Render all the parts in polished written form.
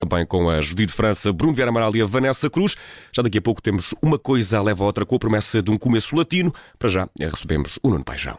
também com a Judite França, Bruno Vieira Amaral e a Vanessa Cruz. Já daqui a pouco temos uma coisa leva a outra com a promessa de um começo latino. Para já, recebemos o Nuno Paixão.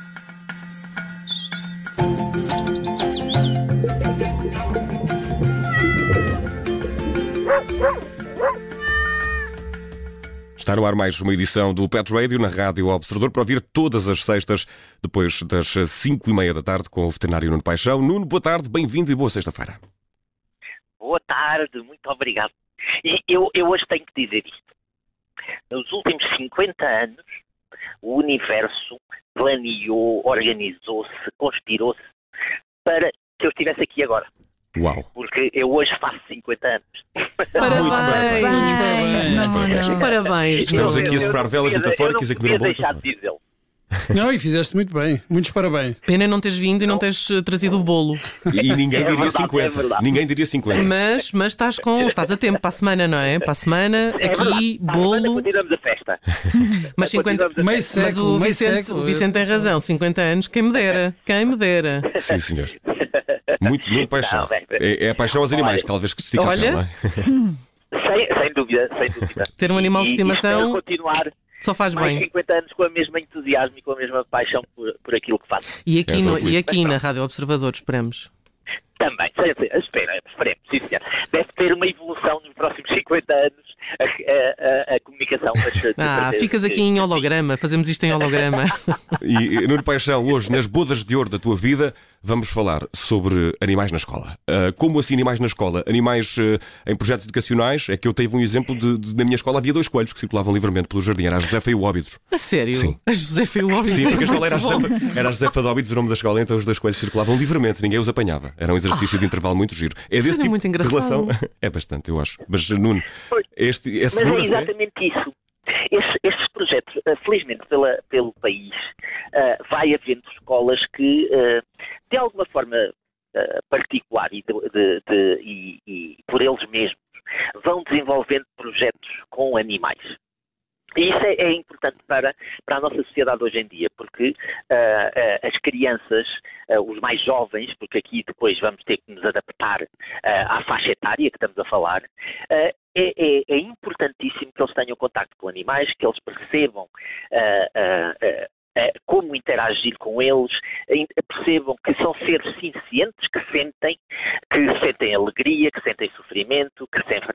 Está no ar mais uma edição do Pet Radio na Rádio Observador para ouvir todas as sextas, depois das 5h30 da tarde, com o veterinário Nuno Paixão. Nuno, boa tarde, bem-vindo e boa sexta-feira. Boa tarde, muito obrigado. E eu hoje tenho que dizer isto. Nos últimos 50 anos, o universo planeou, organizou-se, conspirou-se para que eu estivesse aqui agora. Uau! Porque eu hoje faço 50 anos. Parabéns. Estamos aqui a soprar velas metafóricas e a comer um bolo. Eu não podia deixar de dizê-lo. Não, e fizeste muito bem. Muitos parabéns. Pena não teres vindo e não teres trazido o bolo. E ninguém diria verdade, 50. é verdade. Ninguém diria 50. Mas estás a tempo para a semana, não é? Para a semana, É aqui, verdade. Para a semana bolo. continuamos a festa. Mas 50. Continuamos a Meio festa. Mas século, o meio Vicente, século. o Vicente tem razão, 50 anos, quem me dera, quem me dera. Sim, senhor. Muito paixão. Não, bem. É a paixão aos animais, cada vez que se estica a Olha. pele, não é? Sem dúvida. Ter um animal de E estimação espero continuar só faz mais bem. 50 anos com a mesma entusiasmo e com a mesma paixão por aquilo que faço. E aqui, tranquilo. na Rádio Observador, esperamos. Também, esperemos, sim senhor. Deve ter uma evolução nos próximos 50 anos a comunicação. Mas, Ficas aqui em holograma, fazemos isto em holograma. E, Nuno Paixão, hoje, nas bodas de ouro da tua vida, vamos falar sobre animais na escola. Como assim animais na escola? Animais em projetos educacionais? É que eu tive um exemplo na minha escola havia 2 coelhos que circulavam livremente pelo jardim. Era a Josefa e o Óbidos. A sério? Sim. A Josefa e o Óbidos. Sim, porque a escola era era a Josefa de Óbidos, o nome da escola, então os 2 coelhos circulavam livremente, ninguém os apanhava. Era um exercício de intervalo muito giro. É Isso desse era tipo muito de engraçado. relação? É bastante, eu acho. Mas, Nuno, Pois. essa Mas é segunda exatamente isso. Estes projetos, felizmente pelo país, vai havendo escolas que, de alguma forma particular e por eles mesmos, vão desenvolvendo projetos com animais. E isso é importante para a nossa sociedade hoje em dia, porque as crianças, os mais jovens, porque aqui depois vamos ter que nos adaptar à faixa etária que estamos a falar, é importantíssimo que eles tenham contacto com animais, que eles percebam como interagir com eles, percebam que são seres sencientes, que sentem alegria, que sentem sofrimento,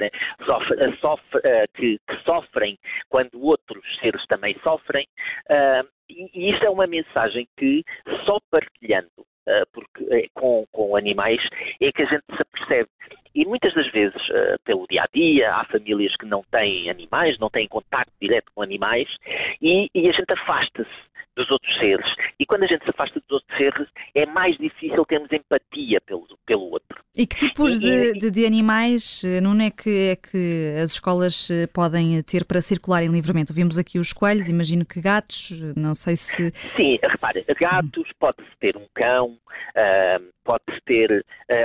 que sofrem quando outros seres também sofrem. E isto é uma mensagem que só partilhando com animais é que a gente se apercebe. E muitas das vezes, pelo dia-a-dia, há famílias que não têm animais, não têm contacto direto com animais e a gente afasta-se dos outros seres. E quando a gente se afasta dos outros seres, é mais difícil termos empatia pelo outro. E que tipos de animais, Nuno, é que as escolas podem ter para circularem livremente? Vimos aqui os coelhos, imagino que gatos, não sei se... Sim, repare, gatos, pode-se ter um cão, pode-se ter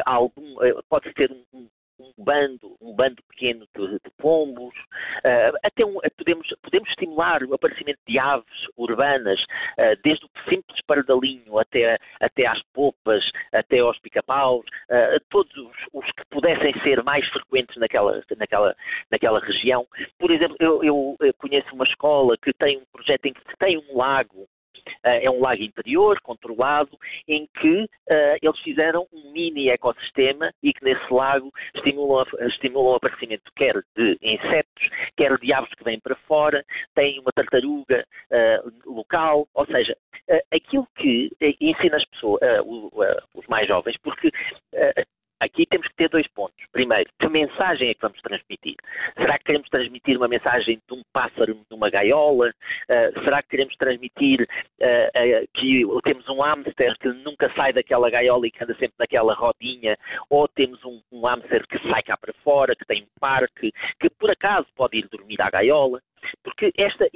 um bando pequeno de pombos, podemos estimular o aparecimento de aves urbanas, desde o simples pardalinho até às popas, até aos pica-paus, todos os que pudessem ser mais frequentes naquela região. Por exemplo, eu conheço uma escola que tem um projeto em que tem um lago. É um lago interior, controlado, em que eles fizeram um mini ecossistema e que nesse lago estimulam o aparecimento quer de insetos, quer de aves que vêm para fora, tem uma tartaruga local, ou seja, aquilo que ensina as pessoas, os mais jovens, porque aqui temos que ter 2 pontos. Primeiro, que mensagem é que vamos transmitir? Será que queremos transmitir uma mensagem de um pássaro numa gaiola? Será que queremos transmitir que temos um hamster que nunca sai daquela gaiola e que anda sempre naquela rodinha? Ou temos um hamster que sai cá para fora, que tem um parque, que por acaso pode ir dormir à gaiola? Porque esta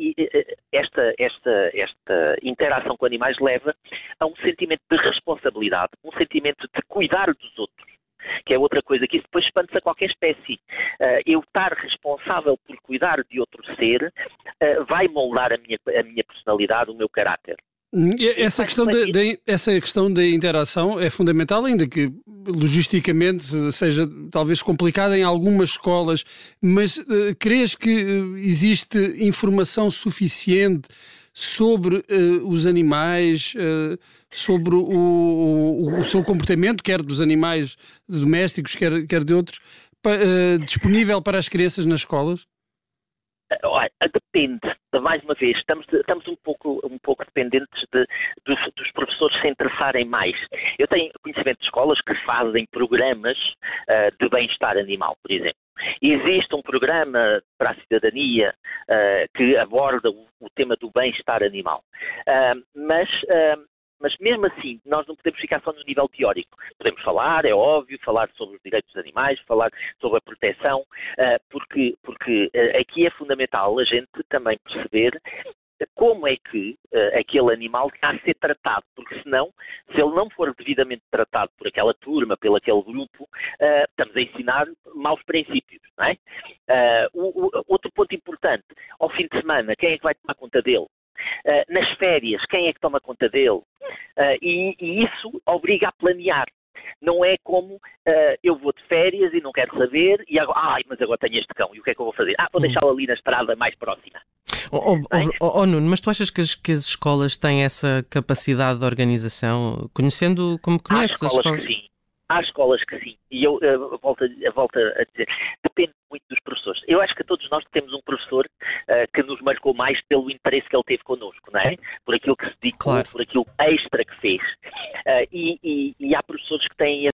interação com animais leva a um sentimento de responsabilidade, um sentimento de cuidar dos outros, que é outra coisa que isso depois expande-se a qualquer espécie. Eu estar responsável por cuidar de outro ser vai moldar a minha personalidade, o meu caráter. Essa questão da interação é fundamental, ainda que logisticamente seja talvez complicada em algumas escolas, mas crees que existe informação suficiente sobre os animais, sobre o seu comportamento, quer dos animais domésticos, quer de outros, disponível para as crianças nas escolas? Olha, depende. Mais uma vez, estamos um pouco dependentes dos professores se interessarem mais. Eu tenho conhecimento de escolas que fazem programas de bem-estar animal, por exemplo. Existe um programa para a cidadania que aborda o tema do bem-estar animal. Mas mesmo assim, nós não podemos ficar só no nível teórico. Podemos falar, é óbvio, falar sobre os direitos dos animais, falar sobre a proteção, porque aqui é fundamental a gente também perceber como é que aquele animal está a ser tratado, porque senão, se ele não for devidamente tratado por aquela turma, pelo aquele grupo, estamos a ensinar maus princípios, não é? Outro ponto importante, ao fim de semana, quem é que vai tomar conta dele? Nas férias, quem é que toma conta dele? E isso obriga a planear. Não é como eu vou de férias e não quero saber, e agora, mas agora tenho este cão, e o que é que eu vou fazer? Vou deixá-lo ali na estrada mais próxima. Nuno, mas tu achas que as escolas têm essa capacidade de organização, conhecendo como conheces as escolas? Há escolas que sim. E eu volto a dizer, depende muito dos professores. Eu acho que todos nós temos um professor que nos marcou mais pelo interesse que ele teve connosco, não é? Por aquilo que se dedicou, claro, por aquilo extra que fez. E há professores que têm